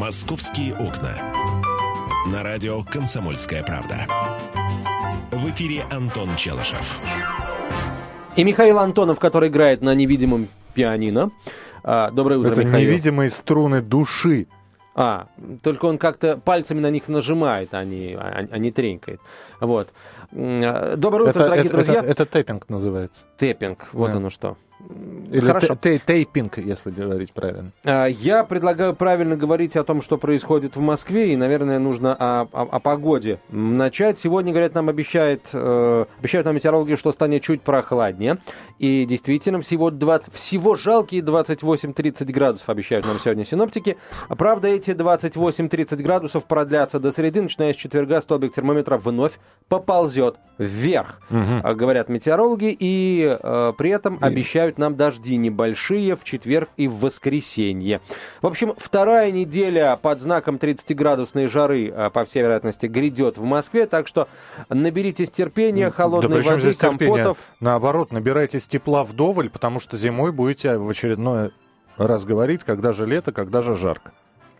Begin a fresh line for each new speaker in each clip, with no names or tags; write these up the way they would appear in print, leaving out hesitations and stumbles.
«Московские окна». На радио «Комсомольская правда». В эфире Антон Челышев.
И Михаил Антонов, который играет на невидимом пианино. Доброе утро,
Это
Михаил.
невидимые струны души.
Только он как-то пальцами на них нажимает, а не тренькает. Вот. Доброе утро, дорогие друзья.
Это тэппинг называется.
Тэппинг, вот
Да.
оно что.
Или тейпинг, если говорить правильно.
Я предлагаю правильно говорить о том, что происходит в Москве, и, наверное, нужно о погоде начать. Сегодня, говорят, обещают нам метеорологи, что станет чуть прохладнее. И действительно, всего жалкие 28-30 градусов обещают нам сегодня синоптики. Правда, эти 28-30 градусов продлятся до среды. Начиная с четверга столбик термометра вновь поползет вверх, говорят метеорологи. И при этом обещают нам дожди небольшие в четверг и в воскресенье. В общем, вторая неделя под знаком 30-градусной жары, по всей вероятности, грядет в Москве. Так что наберитесь терпения, холодной воды, компотов.
Наоборот, набирайтесь тепла вдоволь, потому что зимой будете в очередной раз говорить, когда же лето, когда же жарко.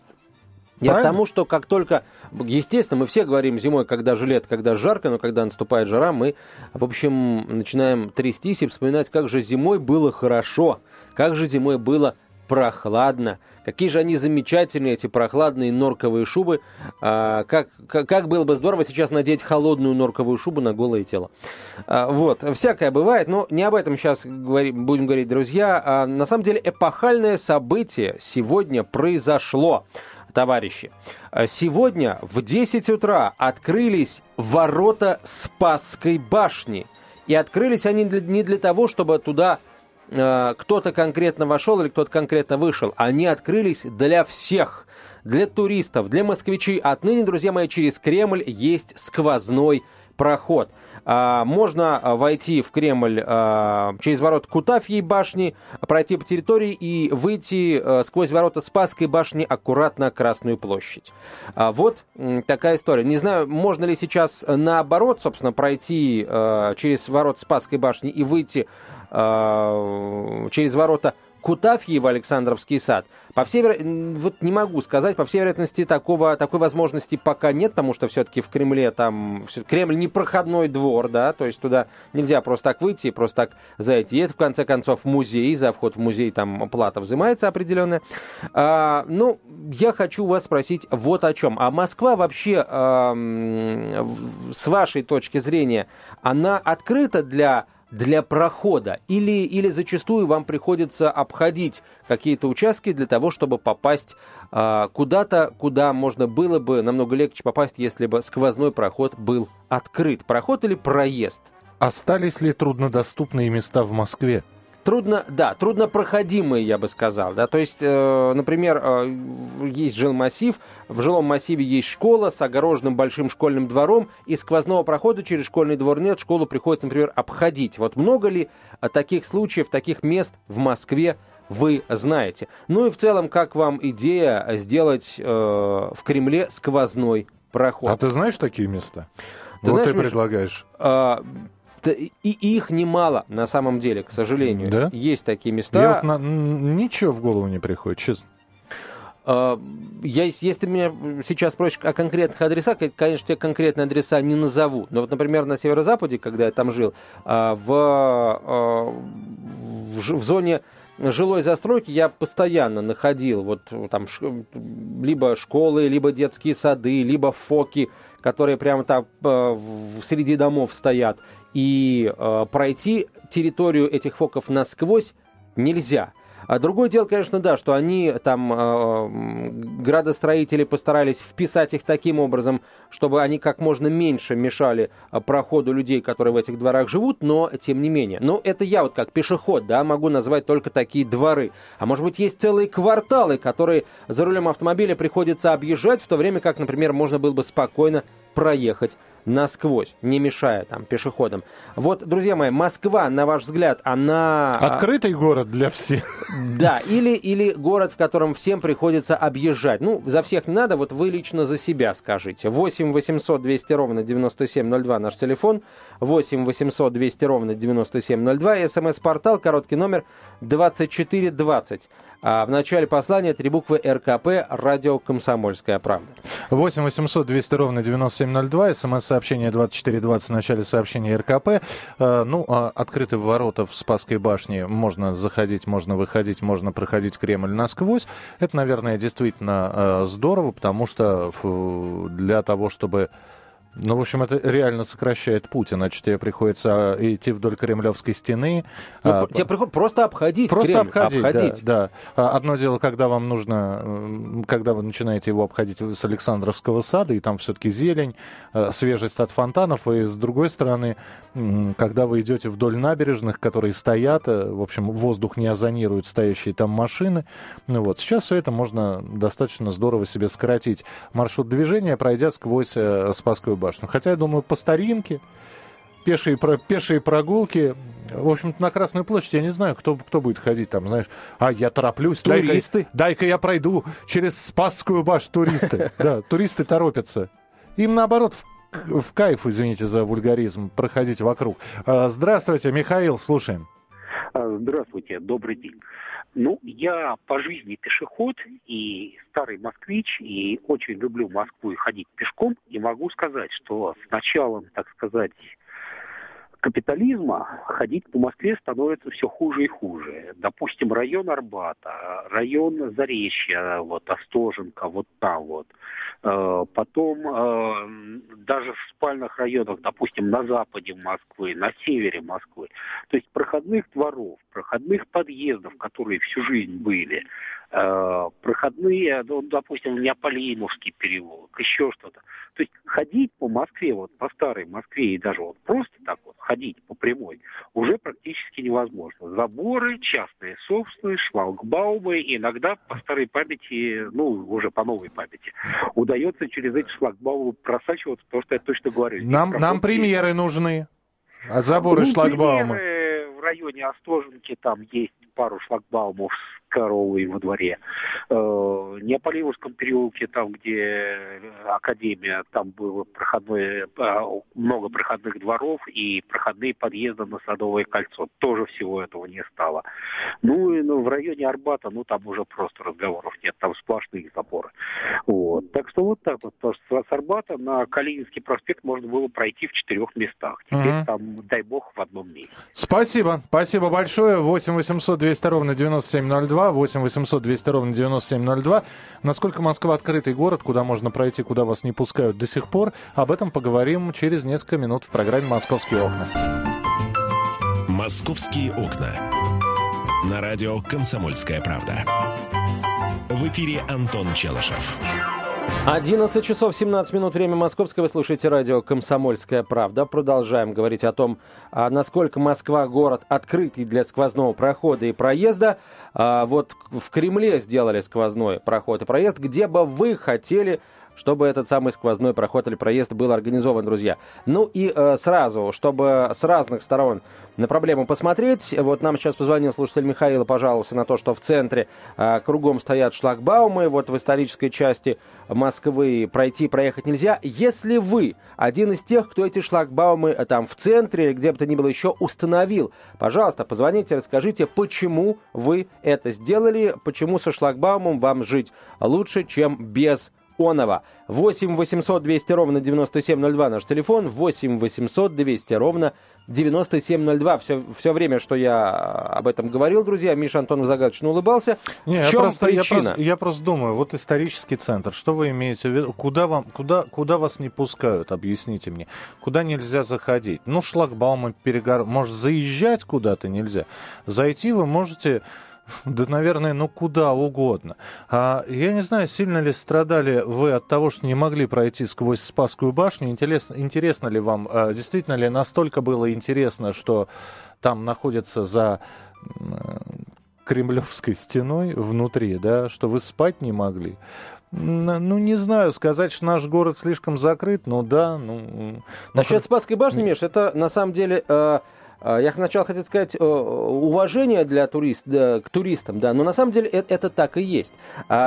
Я к тому, что как только, естественно, мы все говорим зимой, когда же лето, когда жарко, но когда наступает жара, мы, в общем, начинаем трястись и вспоминать, как же зимой было хорошо, как же зимой было прохладно, какие же они замечательные, эти прохладные норковые шубы, как было бы здорово сейчас надеть холодную норковую шубу на голое тело. Вот, всякое бывает, но не об этом сейчас будем говорить, друзья. На самом деле эпохальное событие сегодня произошло. Товарищи, сегодня в 10 утра открылись ворота Спасской башни. И открылись они не для того, чтобы туда кто-то конкретно вошел или кто-то конкретно вышел. Они открылись для всех, для туристов, для москвичей. Отныне, друзья мои, через Кремль есть сквозной проход. Можно войти в Кремль через ворота Кутафьей башни, пройти по территории и выйти сквозь ворота Спасской башни аккуратно на Красную площадь. Вот такая история. Не знаю, можно ли сейчас наоборот, собственно, пройти через ворота Спасской башни и выйти через ворота Кутафьи в Александровский сад. Вот не могу сказать, по всей вероятности такой возможности пока нет, потому что все-таки в Кремле Кремль не проходной двор, да, то есть туда нельзя просто так выйти, просто так зайти. И это, в конце концов, музей, за вход в музей там плата взимается определенная. Я хочу вас спросить вот о чем. А Москва вообще, с вашей точки зрения, она открыта для прохода? Или зачастую вам приходится обходить какие-то участки для того, чтобы попасть куда-то, куда можно было бы намного легче попасть, если бы сквозной проход был открыт? Проход или проезд?
Остались ли труднодоступные места в Москве?
Труднопроходимые, я бы сказал. Да? То есть, например, есть жилмассив, в жилом массиве есть школа с огороженным большим школьным двором, и сквозного прохода через школьный двор нет, школу приходится, например, обходить. Вот много ли таких случаев, таких мест в Москве вы знаете? Ну и в целом, как вам идея сделать в Кремле сквозной проход?
А ты знаешь такие места?
Ты знаешь,
ты предлагаешь.
И их немало, на самом деле, к сожалению.
Да?
Есть такие места.
Ничего в голову не приходит, честно.
Если ты меня сейчас спросишь о конкретных адресах, я, конечно, тебе конкретные адреса не назову. Но вот, например, на северо-западе, когда я там жил, в зоне жилой застройки я постоянно находил вот там либо школы, либо детские сады, либо фоки, которые прямо там среди домов стоят. И пройти территорию этих фоков насквозь нельзя. А другое дело, конечно, да, что они там, градостроители постарались вписать их таким образом, чтобы они как можно меньше мешали проходу людей, которые в этих дворах живут, но тем не менее. Но это я вот как пешеход, да, могу назвать только такие дворы. А может быть, есть целые кварталы, которые за рулем автомобиля приходится объезжать, в то время как, например, можно было бы спокойно проехать насквозь, не мешая там пешеходам. Вот, друзья мои, Москва, на ваш взгляд, она...
Открытый город для всех.
Да, или город, в котором всем приходится объезжать. Ну, за всех не надо, вот вы лично за себя скажите. 8 800 200 ровно 9702 наш телефон. 8 800 200 ровно 9702. СМС-портал, короткий номер 2420. А в начале послания 3 буквы РКП, радио «Комсомольская правда».
8 800 200 ровно 9702, смс-сообщение 2420 в начале сообщения РКП. Открыты ворота в Спасской башне, можно заходить, можно выходить, можно проходить Кремль насквозь. Это, наверное, действительно здорово, потому что для того, чтобы... в общем, это реально сокращает путь, иначе тебе приходится идти вдоль Кремлевской стены.
Тебе приходится просто обходить Кремль.
Обходить. Да. Одно дело, когда вам нужно, когда вы начинаете его обходить с Александровского сада, и там все-таки зелень, свежесть от фонтанов, и с другой стороны, когда вы идете вдоль набережных, которые стоят, в общем, воздух не озонирует стоящие там машины. Сейчас все это можно достаточно здорово себе сократить. Маршрут движения, пройдя сквозь Спасскую башню. Хотя, я думаю, по старинке, пешие прогулки. В общем-то, на Красную площадь я не знаю, кто будет ходить там, знаешь. Я тороплюсь.
Туристы.
Дай-ка я пройду через Спасскую башню. Туристы. Да, туристы торопятся. Им, наоборот, в кайф, извините за вульгаризм, проходить вокруг. Здравствуйте, Михаил, слушаем.
Здравствуйте, добрый день. Я по жизни пешеход и старый москвич, и очень люблю Москву и ходить пешком. И могу сказать, что с началом, так сказать, капитализма ходить по Москве становится все хуже и хуже. Допустим, район Арбата, район Заречья, Остоженко, там. Потом даже в спальных районах, допустим, на западе Москвы, на севере Москвы. То есть проходных дворов, проходных подъездов, которые всю жизнь были, проходные, допустим, Неаполимовский переулок, еще что-то. То есть ходить по Москве, по старой Москве, и даже просто так ходить по прямой, уже практически невозможно. Заборы, частные собственность, шлагбаумы, иногда по старой памяти, уже по новой памяти, удается через эти шлагбаумы просачиваться, потому что я точно говорю.
Нам примеры нужны. Заборы, шлагбаумы.
В районе Остоженки там есть пару шлагбаумов с коровой во дворе. В Неаполимовском переулке, там, где академия, там было много проходных дворов и проходные подъезды на Садовое кольцо. Тоже всего этого не стало. В районе Арбата, там уже просто разговоров нет, там сплошные заборы. Так что так вот. Потому что с Арбата на Калининский проспект можно было пройти в 4 местах. Теперь там, дай бог, в одном месте.
Спасибо большое. 8 800 200 ровно 9702, 8 800 200 ровно 9702. Насколько Москва открытый город, куда можно пройти, куда вас не пускают до сих пор, об этом поговорим через несколько минут в программе «Московские окна».
«Московские окна». На радио «Комсомольская правда». В эфире Антон Челышев.
11 часов 17 минут, время московское. Вы слушаете радио «Комсомольская правда». Продолжаем говорить о том, насколько Москва город открытый для сквозного прохода и проезда. В Кремле сделали сквозной проход и проезд. Где бы вы хотели, чтобы этот самый сквозной проход или проезд был организован, друзья? Сразу, чтобы с разных сторон на проблему посмотреть. Нам сейчас позвонил слушатель Михаил и пожаловался на то, что в центре кругом стоят шлагбаумы. В исторической части Москвы проехать нельзя. Если вы один из тех, кто эти шлагбаумы там в центре или где бы то ни было еще установил, пожалуйста, позвоните, расскажите, почему вы это сделали, почему со шлагбаумом вам жить лучше, чем без оного. 8 800 200 ровно 9702 наш телефон, 8 800 200 ровно 9702. Все время, что я об этом говорил, друзья, Миша Антонов загадочно улыбался. В чем причина?
Я просто думаю, исторический центр, что вы имеете в виду? Куда вас не пускают, объясните мне. Куда нельзя заходить? Шлагбаумы, может, заезжать куда-то нельзя. Зайти вы можете... Да, наверное, куда угодно. Я не знаю, сильно ли страдали вы от того, что не могли пройти сквозь Спасскую башню. Интересно ли вам, действительно ли настолько было интересно, что там находится за Кремлевской стеной внутри, да, что вы спать не могли? Не знаю, сказать, что наш город слишком закрыт,
Насчет Спасской башни, Миш, это на самом деле... Я сначала хотел сказать уважение к туристам, да, но на самом деле это так и есть.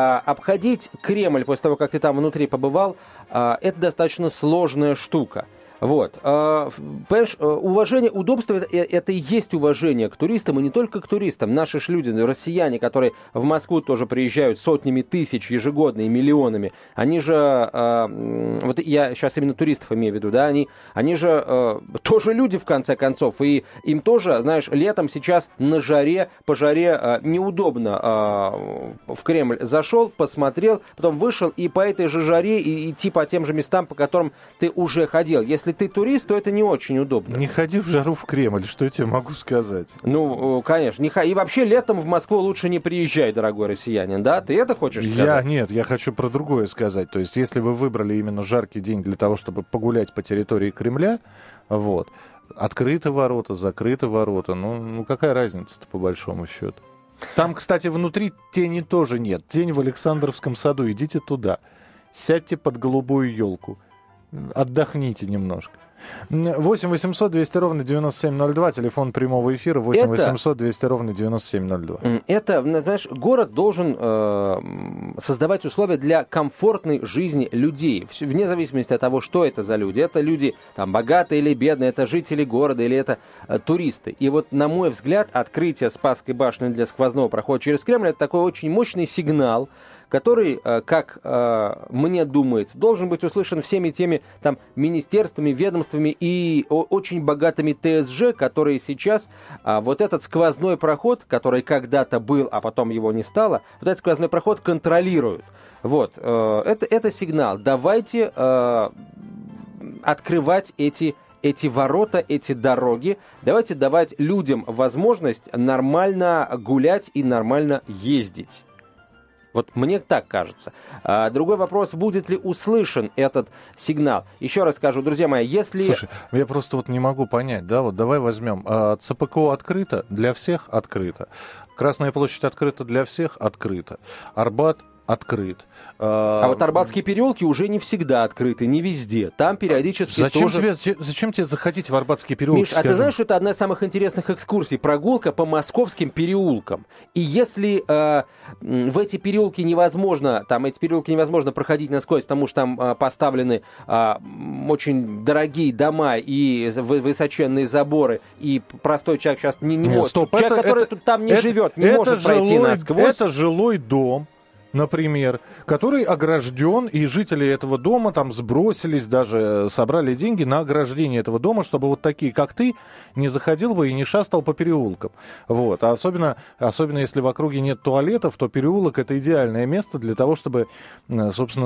Обходить Кремль после того, как ты там внутри побывал, это достаточно сложная штука. Вот. Понимаешь, уважение, удобство, это и есть уважение к туристам, и не только к туристам. Наши ж люди, россияне, которые в Москву тоже приезжают сотнями тысяч ежегодно и миллионами, они же, вот я сейчас именно туристов имею в виду, да, они же тоже люди, в конце концов, и им тоже, знаешь, летом сейчас на жаре, по жаре неудобно в Кремль зашел, посмотрел, потом вышел, и по этой же жаре и идти по тем же местам, по которым ты уже ходил. Если ты турист, то это не очень удобно.
Не ходи в жару в Кремль, что я тебе могу сказать?
Ну, конечно. И вообще летом в Москву лучше не приезжай, дорогой россиянин, да? Ты это хочешь сказать?
Нет, я хочу про другое сказать. То есть, если вы выбрали именно жаркий день для того, чтобы погулять по территории Кремля, вот, открыты ворота, закрыты ворота, ну какая разница-то по большому счету? Там, кстати, внутри тени тоже нет. Тень в Александровском саду, идите туда. Сядьте под голубую елку. Отдохните немножко. 8 800 200 ровно 9702, телефон прямого эфира 8 800 200 ровно 9702.
Это, знаешь, город должен создавать условия для комфортной жизни людей, вне зависимости от того, что это за люди. Это люди там богатые или бедные, это жители города или это туристы. И вот, на мой взгляд, открытие Спасской башни для сквозного прохода через Кремль — это такой очень мощный сигнал, который, как мне думается, должен быть услышан всеми теми там министерствами, ведомствами и очень богатыми ТСЖ, которые сейчас вот этот сквозной проход, который когда-то был, а потом его не стало, вот этот сквозной проход контролируют. Вот, это сигнал. Давайте открывать эти ворота, эти дороги. Давайте давать людям возможность нормально гулять и нормально ездить. Вот мне так кажется. Другой вопрос, будет ли услышан этот сигнал. Еще раз скажу, друзья мои, если...
Слушай, я просто вот не могу понять, да, вот давай возьмем. ЦПКО открыто, для всех открыто. Красная площадь открыта для всех, открыто. Арбат открыт.
А вот Арбатские переулки уже не всегда открыты, не везде. Там периодически
Зачем тебе заходить в Арбатские переулки?
Миш, а ты знаешь, что это одна из самых интересных экскурсий? Прогулка по московским переулкам. И если в эти переулки невозможно проходить насквозь, потому что там поставлены очень дорогие дома и высоченные заборы, и простой человек сейчас не может... Человек, который там не живет, не может пройти насквозь.
Это жилой дом, например, который огражден, и жители этого дома там сбросились, даже собрали деньги на ограждение этого дома, чтобы вот такие, как ты, не заходил бы и не шастал по переулкам. Вот. А особенно если в округе нет туалетов, то переулок — это идеальное место для того, чтобы, собственно,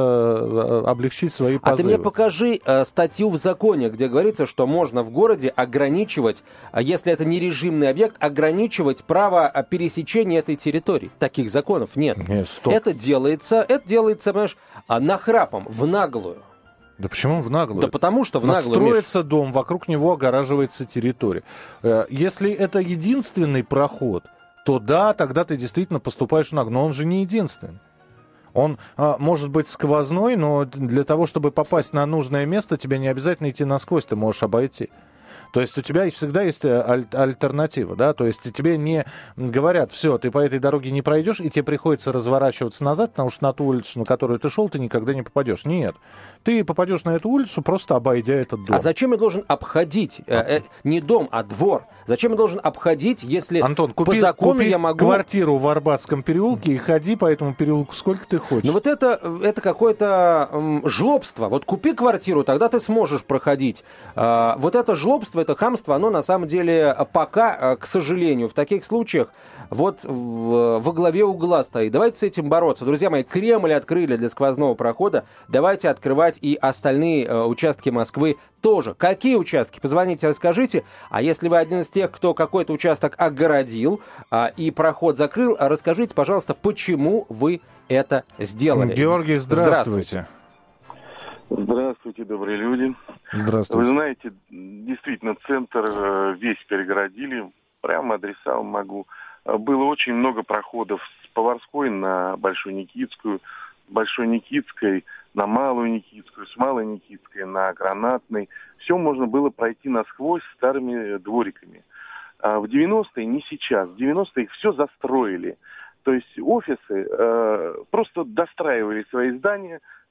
облегчить свои позывы.
А ты мне покажи статью в законе, где говорится, что можно в городе ограничивать, если это не режимный объект, ограничивать право пересечения этой территории. Таких законов нет.
Стоп.
Это делается, понимаешь, нахрапом, в наглую.
Да почему в наглую?
Да потому что в наглую,
Строится дом, вокруг него огораживается территория. Если это единственный проход, то да, тогда ты действительно поступаешь в наглую. Но он же не единственный. Он может быть сквозной, но для того, чтобы попасть на нужное место, тебе не обязательно идти насквозь, ты можешь обойти. То есть у тебя всегда есть альтернатива, да, то есть тебе не говорят, все, ты по этой дороге не пройдешь, и тебе приходится разворачиваться назад, потому что на ту улицу, на которую ты шел, ты никогда не попадешь. Нет, ты попадешь на эту улицу, просто обойдя этот дом.
А зачем я должен обходить не дом, а двор? Зачем я должен обходить, если
Антон,
по закону я могу...
квартиру в Арбатском переулке и ходи по этому переулку сколько ты хочешь.
Ну вот это какое-то жлобство. Вот купи квартиру, тогда ты сможешь проходить. Вот это жлобство, это хамство, оно на самом деле пока, к сожалению, в таких случаях вот во главе угла стоит. Давайте с этим бороться. Друзья мои, Кремль открыли для сквозного прохода. Давайте открывать и остальные участки Москвы тоже. Какие участки? Позвоните, расскажите. А если вы один из тех, кто какой-то участок огородил и проход закрыл, расскажите, пожалуйста, почему вы это сделали.
Георгий, здравствуйте.
Здравствуйте, добрые люди.
Здравствуйте.
Вы знаете, действительно, центр весь перегородили. Прямо адреса могу. Было очень много проходов с Поварской на Большую Никитскую, с Большой Никитской на Малую Никитскую, с Малой Никитской на Гранатной. Все можно было пройти насквозь старыми двориками. А в 90-е, не сейчас, в 90-е их все застроили. То есть офисы просто достраивали свои здания,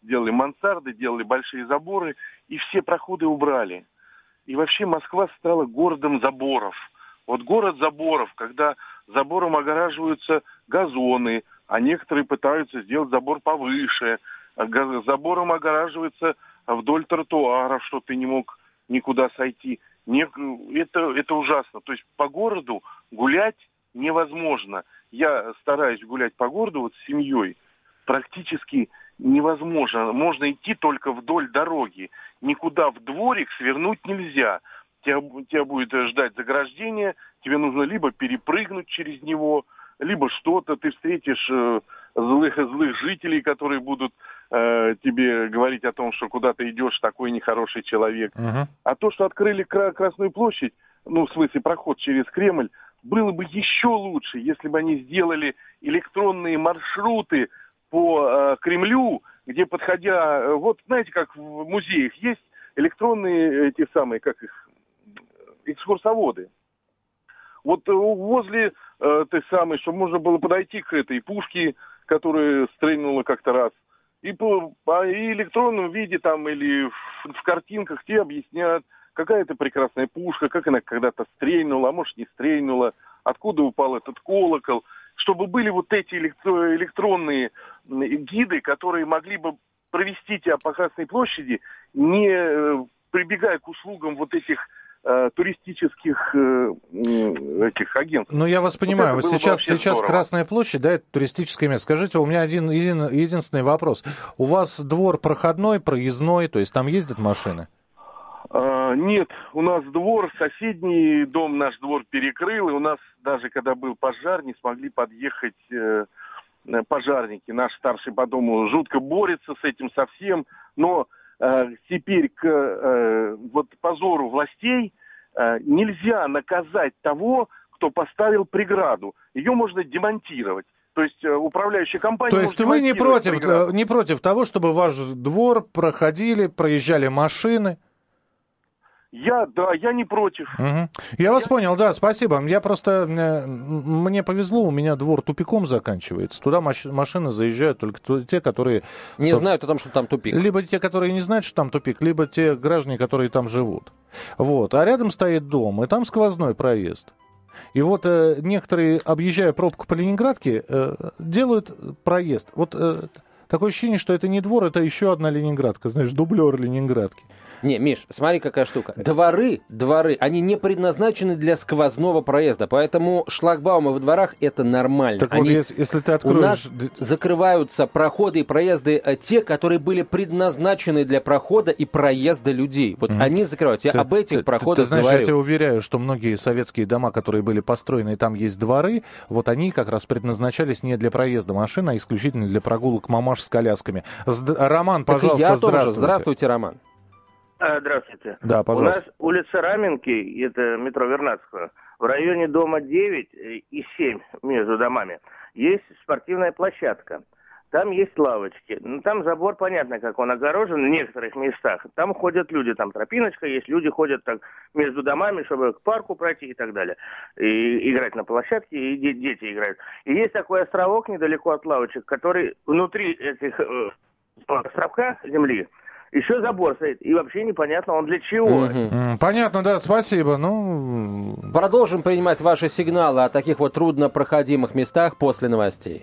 делали мансарды, делали большие заборы, и все проходы убрали. И вообще Москва стала городом заборов. Вот город заборов, когда забором огораживаются газоны, а некоторые пытаются сделать забор повыше, забором огораживается вдоль тротуаров, что ты не мог никуда сойти. Это ужасно. То есть по городу гулять невозможно. Я стараюсь гулять по городу вот с семьей. Практически невозможно. Можно идти только вдоль дороги. Никуда в дворик свернуть нельзя. Тебя будет ждать заграждение. Тебе нужно либо перепрыгнуть через него, либо что-то. Ты встретишь злых жителей, которые будут тебе говорить о том, что куда ты идешь, такой нехороший человек. А то, что открыли Красную площадь, в смысле проход через Кремль, было бы еще лучше, если бы они сделали электронные маршруты по Кремлю, где, подходя, вот знаете, как в музеях есть электронные эти самые, как их, экскурсоводы. Вот возле той самой, чтобы можно было подойти к этой пушке, которая стрельнула как-то раз, и электронном виде там или в картинках тебе объяснят, какая это прекрасная пушка, как она когда-то стрельнула, а может не стрельнула, откуда упал этот колокол, чтобы были вот эти электронные гиды, которые могли бы провести тебя по Красной площади, не прибегая к услугам вот этих туристических этих агентств.
Ну, я вас понимаю. Вот сейчас
здорово.
Красная площадь, да, это туристическое место. Скажите, у меня единственный вопрос. У вас двор проходной, проездной, то есть там ездят машины?
Нет, у нас двор, соседний дом наш двор перекрыл, и у нас даже когда был пожар, не смогли подъехать пожарники. Наш старший по дому жутко борется с этим совсем, но теперь к вот позору властей нельзя наказать того, кто поставил преграду. Ее можно демонтировать. То есть управляющая компания... То есть
вы не против того, чтобы ваш двор проезжали машины?
Я не против.
Угу. Я вас понял, да, спасибо. Мне повезло, у меня двор тупиком заканчивается. Туда машины заезжают только те, которые...
Не знают о том, что там тупик.
Либо те, которые не знают, что там тупик, либо те граждане, которые там живут. Вот. А рядом стоит дом, и там сквозной проезд. И вот некоторые, объезжая пробку по Ленинградке, делают проезд. Вот такое ощущение, что это не двор, это еще одна Ленинградка, знаешь, дублер Ленинградки.
Не, Миш, смотри, какая штука. Дворы, они не предназначены для сквозного проезда, поэтому шлагбаумы во дворах — это нормально.
Так вот, если ты откроешь...
У нас закрываются проходы и проезды те, которые были предназначены для прохода и проезда людей. Вот они закрываются. Я об этих проходах
ты знаешь,
говорю.
Я тебя уверяю, что многие советские дома, которые были построены, и там есть дворы, вот они как раз предназначались не для проезда машин, а исключительно для прогулок мамаш с колясками. Роман, пожалуйста, здравствуйте.
Здравствуйте, Роман.
Здравствуйте.
Да, пожалуйста.
У нас улица Раменки, это метро Вернадского, в районе дома 9 и 7 между домами есть спортивная площадка. Там есть лавочки. Там забор, понятно, как он огорожен в некоторых местах. Там ходят люди, там тропиночка есть, люди ходят так между домами, чтобы к парку пройти и так далее. И играть на площадке, и дети играют. И есть такой островок недалеко от лавочек, который внутри этих островка земли еще забор стоит, и вообще непонятно, он для чего.
Понятно, да, спасибо.
Продолжим принимать ваши сигналы о таких вот труднопроходимых местах после новостей.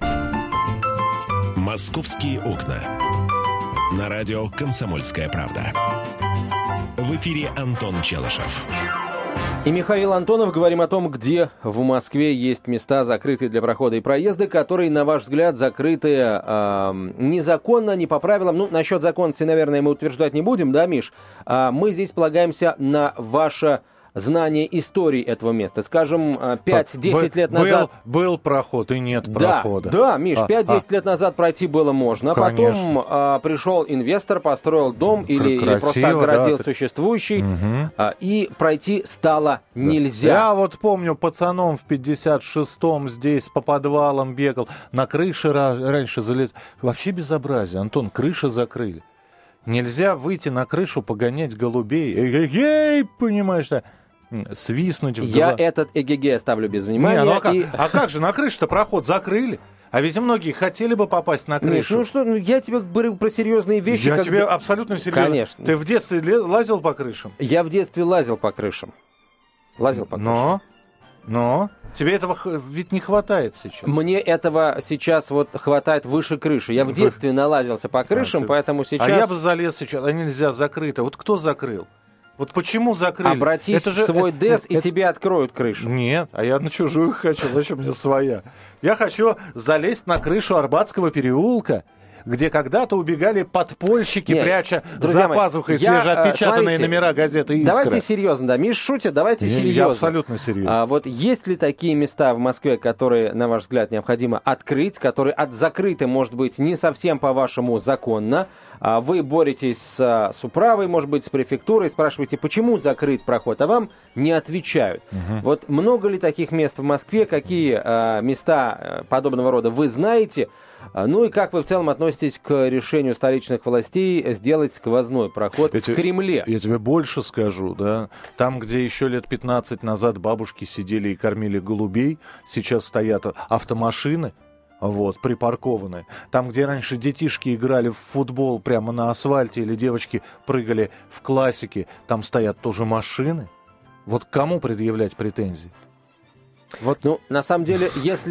«Московские окна». На радио «Комсомольская правда». В эфире Антон Челышев.
И Михаил Антонов. Говорим о том, где в Москве есть места, закрытые для прохода и проезда, которые, на ваш взгляд, закрыты незаконно, не по правилам. Насчет законности, наверное, мы утверждать не будем, да, Миш? Мы здесь полагаемся на ваше знание истории этого места. Скажем, 5-10 лет назад...
Был проход и нет прохода.
Да, Миш, 5-10 лет назад пройти было можно.
Конечно.
Потом пришел инвестор, построил дом или просто оградил существующий, и пройти стало нельзя.
Я вот помню, пацаном в 56-м здесь по подвалам бегал, на крыше раньше залез. Вообще безобразие, Антон, крыши закрыли. Нельзя выйти на крышу, погонять голубей. Эй, понимаешь, да? Свистнуть в
Я этот эгегей оставлю без внимания.
А как же, на крыше-то проход закрыли. А ведь многие хотели бы попасть на крышу.
Миш, ну что, я тебе говорю про серьезные вещи.
Я тебе абсолютно серьезно.
Конечно.
Ты в детстве лазил по крышам?
Я в детстве лазил по крышам.
Но тебе этого ведь не хватает сейчас.
Мне этого сейчас вот хватает выше крыши. Я в детстве налазился по крышам, поэтому сейчас...
А я бы залез сейчас, а нельзя, закрыто. Вот кто закрыл? Вот почему закрыли?
Обратись в свой ДЭС, и тебе откроют крышу.
Нет, а я на чужую хочу, зачем мне своя? Я хочу залезть на крышу Арбатского переулка, где когда-то убегали подпольщики, пряча за пазухой свежеотпечатанные номера газеты «Искра».
Давайте серьезно, да. Миш шутит, давайте серьезно.
Я абсолютно серьезно.
Вот есть ли такие места в Москве, которые, на ваш взгляд, необходимо открыть, которые закрыты, может быть, не совсем по-вашему законно? Вы боретесь с управой, может быть, с префектурой, спрашиваете, почему закрыт проход, а вам не отвечают. Вот много ли таких мест в Москве, какие места подобного рода вы знаете? Ну и как вы в целом относитесь к решению столичных властей сделать сквозной проход в Кремле? Я
тебе больше скажу, да. Там, где еще лет 15 назад бабушки сидели и кормили голубей, сейчас стоят автомашины, вот, припаркованные. Там, где раньше детишки играли в футбол прямо на асфальте или девочки прыгали в классике, там стоят тоже машины. Вот кому предъявлять претензии?
Вот. Ну, на самом деле,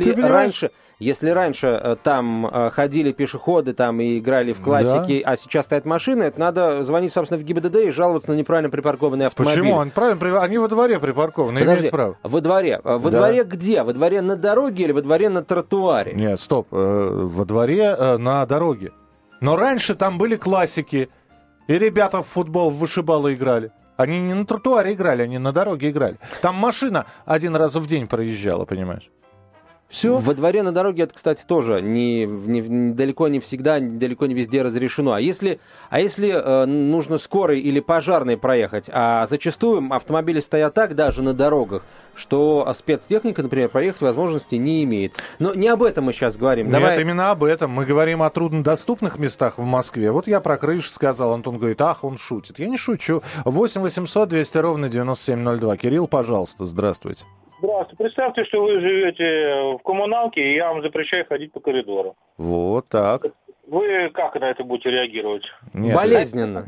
если раньше там ходили пешеходы там, и играли в классики, а сейчас стоят машины, это надо звонить, собственно, в ГИБДД и жаловаться на неправильно припаркованные автомобили.
Почему? Они во дворе припаркованы, имеют право.
Во дворе? Во дворе где? Во дворе на дороге или во дворе на тротуаре?
Нет, стоп. Во дворе на дороге. Но раньше там были классики, и ребята в футбол, в вышибалы играли. Они не на тротуаре играли, они на дороге играли. Там машина один раз в день проезжала, понимаешь? Все.
Во дворе на дороге это, кстати, тоже далеко не всегда, далеко не везде разрешено. А если нужно скорой или пожарной проехать, а зачастую автомобили стоят так даже на дорогах, что спецтехника, например, проехать возможности не имеет. Но не об этом мы сейчас говорим.
Нет, именно об этом. Мы говорим о труднодоступных местах в Москве. Вот я про крышу сказал, Антон говорит, он шутит. Я не шучу. 8 800 200 ровно 9702. Кирилл, пожалуйста, здравствуйте.
Здравствуйте. Представьте, что вы живете в коммуналке, и я вам запрещаю ходить по коридору.
Вот так.
Вы как на это будете реагировать?
Нет,
болезненно.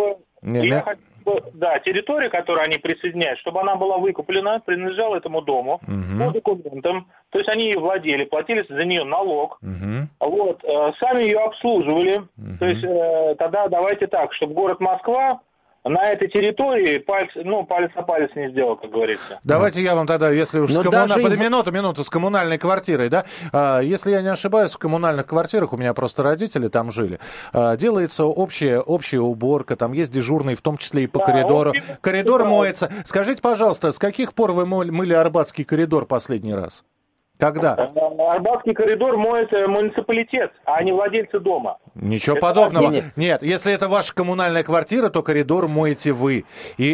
Территория, к которой они присоединяют, чтобы она была выкуплена, принадлежала этому дому по документам. То есть они ее владели, платили за нее налог. Вот, сами ее обслуживали. То есть тогда давайте так, чтобы город Москва на этой территории палец на палец не сделал, как говорится.
Давайте я вам тогда, если уж минуту с коммунальной квартирой, да, если я не ошибаюсь, в коммунальных квартирах, у меня просто родители там жили, делается общая уборка, там есть дежурный, в том числе и по коридору. Коридор моется. Скажите, пожалуйста, с каких пор вы мыли Арбатский коридор последний раз? Когда?
Арбатский коридор моет муниципалитет, а не владельцы дома.
Ничего подобного. Нет, если это ваша коммунальная квартира, то коридор моете вы.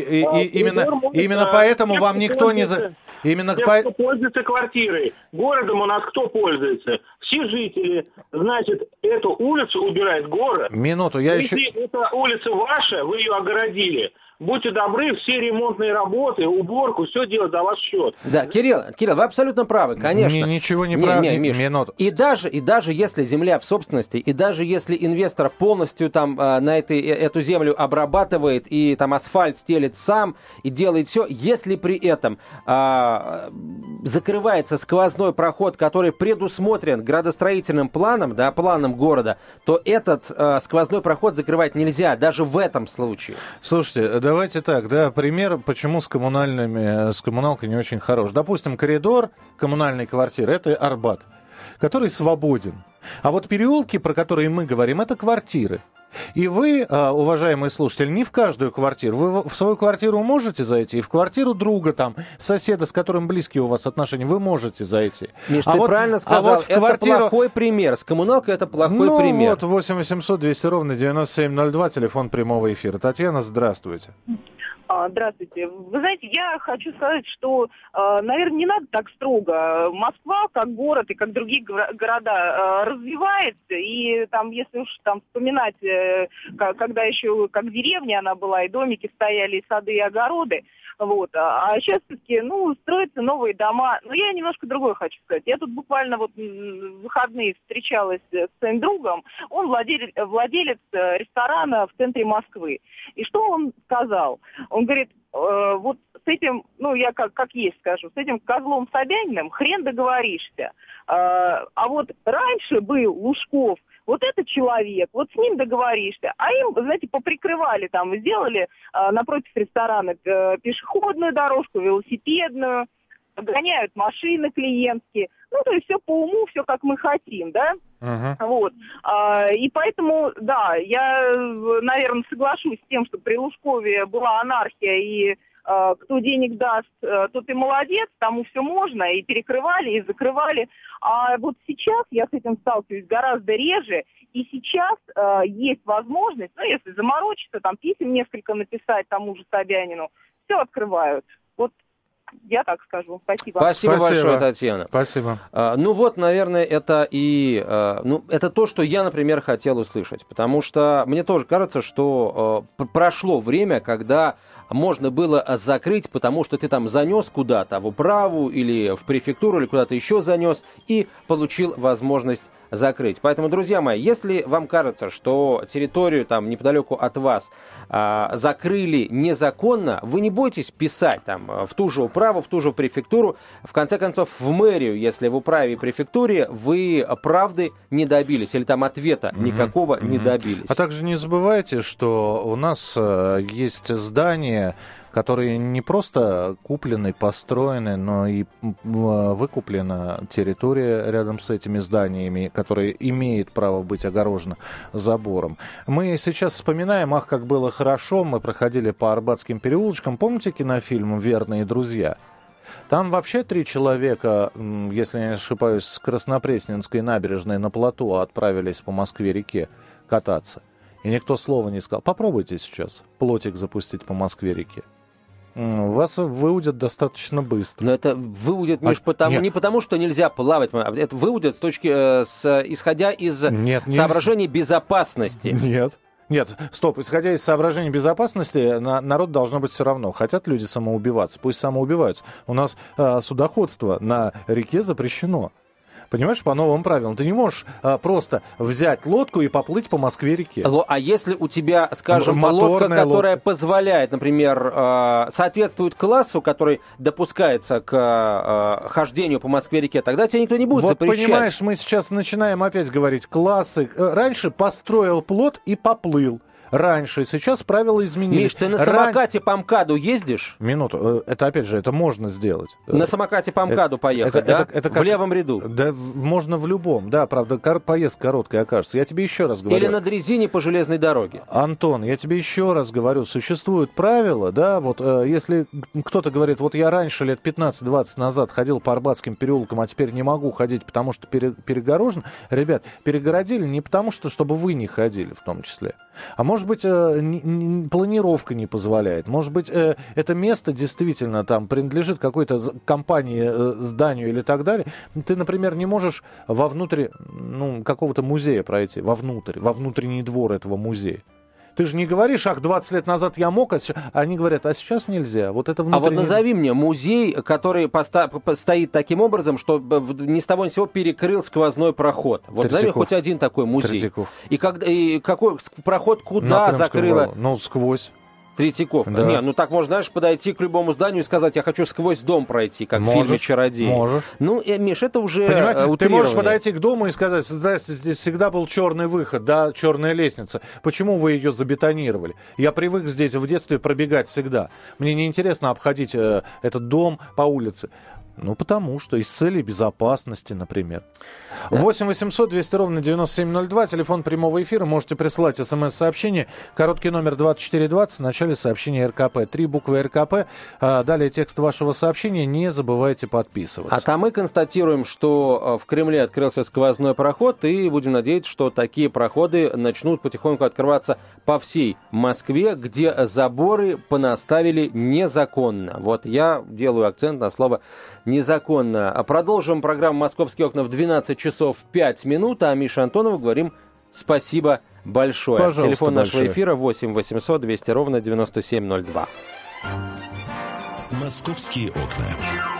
Именно поэтому вам никто не...
Кто пользуется квартирой? Городом у нас кто пользуется? Все жители. Значит, эту улицу убирает город. Если эта улица ваша, вы ее огородили, будьте добры, все ремонтные работы, уборку, все делать за ваш счет.
Да, Кирилл, вы абсолютно правы, конечно.
Ничего не правы,
Миш. И даже если земля в собственности, и даже если инвестор полностью там на эту землю обрабатывает и там асфальт стелит сам и делает все, если при этом закрывается сквозной проход, который предусмотрен градостроительным планом, да, планом города, то этот сквозной проход закрывать нельзя, даже в этом случае.
Слушайте, давайте так, да, пример, почему с коммуналкой не очень хорош. Допустим, коридор коммунальной квартиры – это Арбат, который свободен. А вот переулки, про которые мы говорим, это квартиры. И вы, уважаемые слушатели, не в каждую квартиру. Вы в свою квартиру можете зайти, и в квартиру друга, там, соседа, с которым близкие у вас отношения, вы можете зайти.
Миш, ты правильно сказал, это плохой пример. С коммуналкой это плохой пример.
8 800 200 ровно 9702, телефон прямого эфира. Татьяна, здравствуйте.
Здравствуйте. Вы знаете, я хочу сказать, что, наверное, не надо так строго. Москва, как город и как другие города, развивается. И там, если уж там вспоминать, когда еще как деревня она была, и домики стояли, и сады, и огороды. Вот. А сейчас все-таки, строятся новые дома. Но я немножко другое хочу сказать. Я тут буквально в выходные встречалась с своим другом. Он владелец ресторана в центре Москвы. И что он сказал? Он говорит, вот с этим, я как есть скажу, с этим козлом Собяниным хрен договоришься. А вот раньше был Лужков, вот этот человек, вот с ним договоришься. А им, знаете, поприкрывали там, сделали напротив ресторана пешеходную дорожку, велосипедную, гоняют машины клиентские. То есть все по уму, все как мы хотим, да? Вот. И поэтому, да, я, наверное, соглашусь с тем, что при Лужкове была анархия, и кто денег даст, тот и молодец, тому все можно, и перекрывали, и закрывали. А вот сейчас я с этим сталкиваюсь гораздо реже, и сейчас есть возможность, если заморочиться, там писем несколько написать тому же Собянину, все открывают. Вот я так скажу. Спасибо.
Спасибо большое, Татьяна.
Спасибо.
Наверное, это это то, что я, например, хотел услышать. Потому что мне тоже кажется, что прошло время, когда можно было закрыть, потому что ты там занес куда-то в управу или в префектуру, или куда-то еще занес, и получил возможность закрыть. Поэтому, друзья мои, если вам кажется, что территорию там неподалеку от вас закрыли незаконно, вы не бойтесь писать там в ту же управу, в ту же префектуру, в конце концов в мэрию, если в управе и префектуре вы правды не добились или там ответа никакого не добились.
А также не забывайте, что у нас есть здания, которые не просто куплены, построены, но и выкуплена территория рядом с этими зданиями, которая имеет право быть огорожена забором. Мы сейчас вспоминаем, как было хорошо, мы проходили по Арбатским переулочкам. Помните кинофильм «Верные друзья»? Там вообще 3 человека, если я не ошибаюсь, с Краснопресненской набережной на плоту отправились по Москве-реке кататься. И никто слова не сказал. Попробуйте сейчас плотик запустить по Москве-реке. Вас выудят достаточно быстро.
Но это выудят, Миш, не потому, что нельзя плавать. Это выудят исходя из соображений безопасности.
Нет, стоп. Исходя из соображений безопасности, народ должно быть все равно. Хотят люди самоубиваться, пусть самоубиваются. У нас судоходство на реке запрещено. Понимаешь, по новым правилам. Ты не можешь просто взять лодку и поплыть по Москве-реке.
А если у тебя, скажем, лодка, которая позволяет, например, соответствует классу, который допускается к хождению по Москве-реке, тогда тебя никто не будет запрещать.
Понимаешь, мы сейчас начинаем опять говорить классы. Раньше построил плот и поплыл. Раньше, сейчас правила изменились.
Миш, ты на самокате по МКАДу ездишь?
Минуту. Это, опять же, это можно сделать.
На самокате по МКАДу поехать, в левом ряду?
Да, можно в любом. Да, правда, поездка короткая окажется. Я тебе еще раз говорю.
Или на дрезине по железной дороге.
Антон, я тебе еще раз говорю. Существуют правила, да, вот если кто-то говорит, вот я раньше, лет 15-20 назад ходил по Арбатским переулкам, а теперь не могу ходить, потому что перегорожен. Ребят, перегородили не потому, чтобы вы не ходили в том числе. А может быть, планировка не позволяет. Может быть, это место действительно там принадлежит какой-то компании, зданию или так далее. Ты, например, не можешь вовнутрь какого-то музея пройти, во внутренний двор этого музея. Ты же не говоришь, 20 лет назад я мог, они говорят, а сейчас нельзя. Вот это внутренний...
А вот назови мне музей, который стоит таким образом, что ни с того ни с сего перекрыл сквозной проход. Вот назови хоть один такой музей.
Третьяков.
И какой проход куда закрыло?
Сквозь.
Третьяков.
Да.
Так можно, знаешь, подойти к любому зданию и сказать, я хочу сквозь дом пройти, как в фильме «Чародей».
Можешь.
Миш, это уже
утрирование. Ты можешь подойти к дому и сказать, здрасте, здесь всегда был черный выход, да, черная лестница. Почему вы ее забетонировали? Я привык здесь в детстве пробегать всегда. Мне неинтересно обходить этот дом по улице. Ну, потому что из целей безопасности, например. 8 800 200 ровно 9702, телефон прямого эфира. Можете присылать смс-сообщение. Короткий номер 2420, в начале сообщения РКП. 3 буквы РКП. Далее текст вашего сообщения. Не забывайте подписываться.
А там мы констатируем, что в Кремле открылся сквозной проход, и будем надеяться, что такие проходы начнут потихоньку открываться по всей Москве, где заборы понаставили незаконно. Вот я делаю акцент на слово «незаконно». Продолжим программу «Московские окна» в 12 часов 5 минут, а Мише Антонову говорим спасибо большое.
Пожалуйста,
телефон нашего
большое.
эфира 8 800 200 ровно 9702.
«Московские окна».